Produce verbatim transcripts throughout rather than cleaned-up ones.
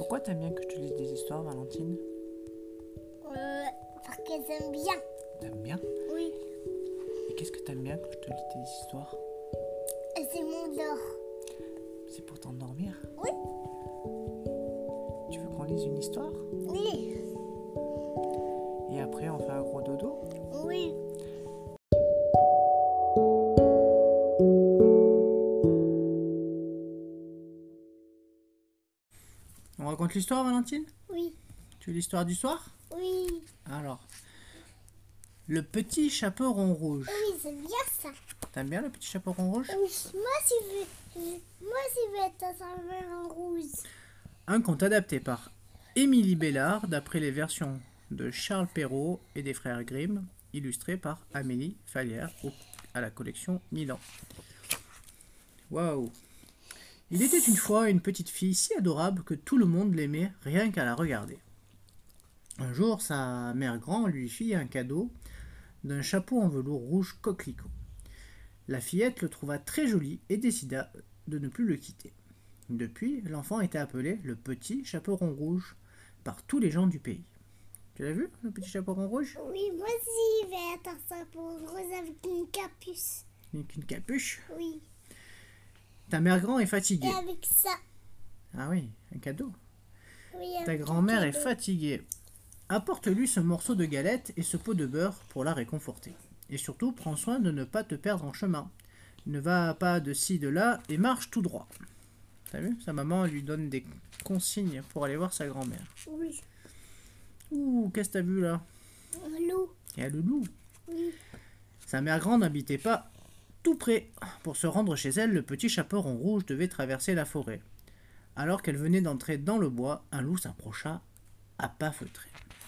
Pourquoi t'aimes bien que je te lise des histoires, Valentine? Euh, parce que j'aime bien. T'aimes bien? Oui. Et qu'est-ce que t'aimes bien quand je te lis des histoires? Et c'est mon dor. C'est pour t'endormir? Oui. Tu veux qu'on lise une histoire? Oui. Et après on fait un gros dodo? Oui. On raconte l'histoire, Valentine? Oui. Tu veux l'histoire du soir? Oui. Alors, le petit chaperon rouge. Oui, c'est bien ça. T'aimes bien le petit chaperon rouge? Oui. Moi, si je veux, je- moi, si je veux être un serveur en rouge. Un conte adapté par Émilie Bellard, d'après les versions de Charles Perrault et des frères Grimm, illustré par Amélie Fallière au- à la collection Milan. Waouh! Il était une fois une petite fille si adorable que tout le monde l'aimait rien qu'à la regarder. Un jour, sa mère grand lui fit un cadeau d'un chapeau en velours rouge coquelicot. La fillette le trouva très joli et décida de ne plus le quitter. Depuis, l'enfant était appelé le petit chaperon rouge par tous les gens du pays. Tu l'as vu, le petit chaperon rouge? Oui, moi aussi, je vais être un serveur rose avec une capuce. Avec une capuche. Oui. Ta mère grand est Et fatiguée. avec ça. Ah oui, un cadeau. Oui, Ta avec grand-mère un est cadeau. fatiguée. Apporte-lui ce morceau de galette et ce pot de beurre pour la réconforter. Et surtout, prends soin de ne pas te perdre en chemin. Ne va pas de ci, de là et marche tout droit. T'as vu? Sa maman lui donne des consignes pour aller voir sa grand-mère. Oui. Ouh, qu'est-ce que t'as vu là? Un loup. Il y a le loup. Oui. Sa mère grande n'habitait pas tout près. Pour se rendre chez elle, le petit chaperon rouge devait traverser la forêt. Alors qu'elle venait d'entrer dans le bois, un loup s'approcha à pas feutrés.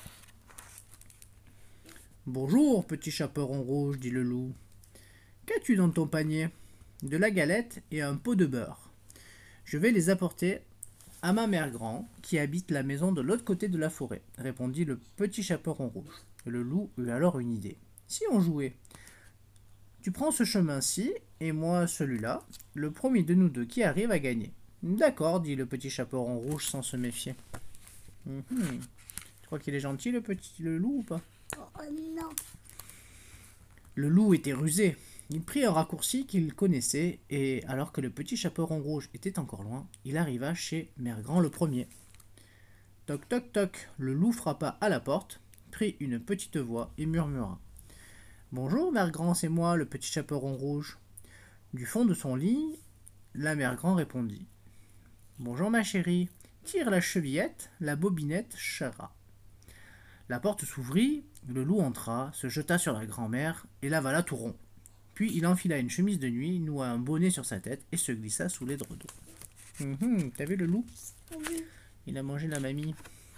Bonjour, petit chaperon rouge, dit le loup. Qu'as-tu dans ton panier? De la galette et un pot de beurre. Je vais les apporter à ma mère grand, qui habite la maison de l'autre côté de la forêt, répondit le petit chaperon rouge. Le loup eut alors une idée. Si on jouait? Tu prends ce chemin-ci, et moi celui-là. Le premier de nous deux qui arrive à gagner. D'accord, dit le petit chaperon rouge sans se méfier. Mhm. Tu crois qu'il est gentil, le petit le loup, ou pas? Oh non. Le loup était rusé. Il prit un raccourci qu'il connaissait, et alors que le petit chaperon rouge était encore loin, il arriva chez Mère Grand le premier. Toc toc toc, le loup frappa à la porte, prit une petite voix et murmura. Bonjour, Mère Grand, c'est moi, le petit chaperon rouge. Du fond de son lit, la Mère Grand répondit. Bonjour, ma chérie, tire la chevillette, la bobinette chara. La porte s'ouvrit, le loup entra, se jeta sur la grand-mère et l'avala tout rond. Puis il enfila une chemise de nuit, noua un bonnet sur sa tête et se glissa sous les draps d'eau. Hum, T'as vu le loup? Oui. Il a mangé la mamie.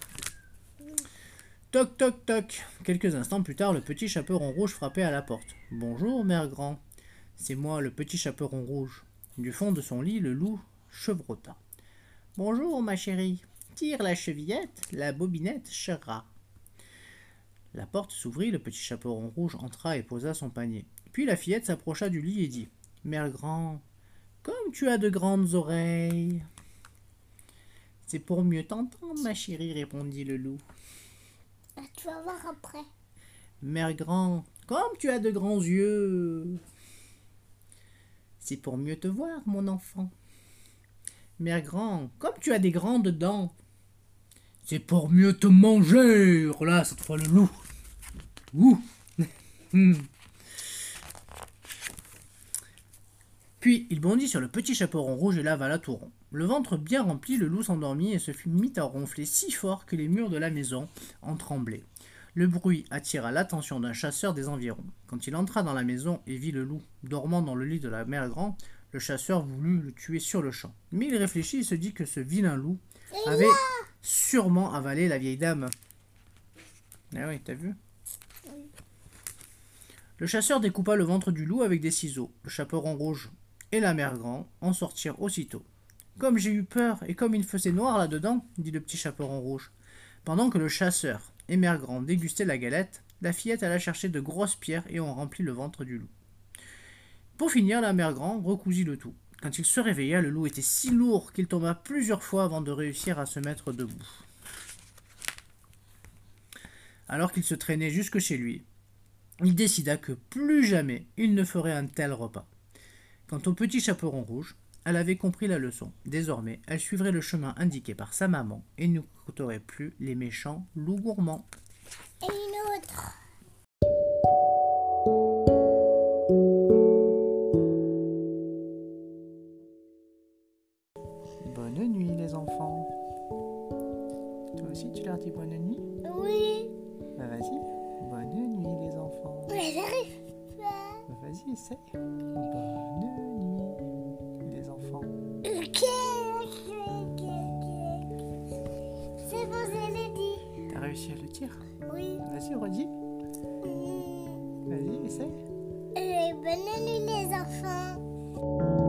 Toc toc toc. Quelques instants plus tard, le petit chaperon rouge frappait à la porte. Bonjour, mère grand. C'est moi, le petit chaperon rouge. Du fond de son lit, le loup chevrota. Bonjour, ma chérie. Tire la chevillette, la bobinette chera. La porte s'ouvrit, le petit chaperon rouge entra et posa son panier. Puis la fillette s'approcha du lit et dit « Mère grand, comme tu as de grandes oreilles !»« C'est pour mieux t'entendre, ma chérie, répondit le loup. Ah, tu vas voir après. Mère grand, comme tu as de grands yeux !»« C'est pour mieux te voir, mon enfant. »« Mère grand, comme tu as des grandes dents !»« C'est pour mieux te manger !» Là, cette fois le loup. Ouh. Puis il bondit sur le petit chaperon rouge et l'avala tout rond. Le ventre bien rempli, le loup s'endormit et se fut mis à ronfler si fort que les murs de la maison en tremblaient. Le bruit attira l'attention d'un chasseur des environs. Quand il entra dans la maison et vit le loup dormant dans le lit de la mère grand, le chasseur voulut le tuer sur le champ. Mais il réfléchit et se dit que ce vilain loup avait sûrement avalé la vieille dame. Ah oui, t'as vu? Oui. Le chasseur découpa le ventre du loup avec des ciseaux. Le chaperon rouge et la mère grand en sortirent aussitôt. Comme j'ai eu peur et comme il faisait noir là-dedans, dit le petit chaperon rouge. Pendant que le chasseur et mère grand dégustaient la galette, la fillette alla chercher de grosses pierres et on remplit le ventre du loup. Pour finir, la mère grand recousit le tout. Quand il se réveilla, le loup était si lourd qu'il tomba plusieurs fois avant de réussir à se mettre debout. Alors qu'il se traînait jusque chez lui, il décida que plus jamais il ne ferait un tel repas. Quant au petit chaperon rouge, elle avait compris la leçon. Désormais, elle suivrait le chemin indiqué par sa maman et n'écouterait plus les méchants loups gourmands. Et une autre. Bonne nuit les enfants. Toi aussi tu leur dis bonne nuit? Oui. Bah vas-y. Bonne nuit les enfants. Mais j'arrive pas. Bah vas-y, essaye. Bonne nuit les enfants. Ok, ok, ok, ok. C'est bon, je l'ai dit. T'as réussi à le dire? Oui. Vas-y, redis. Mm. Vas-y, essaye. Et bonne nuit les enfants.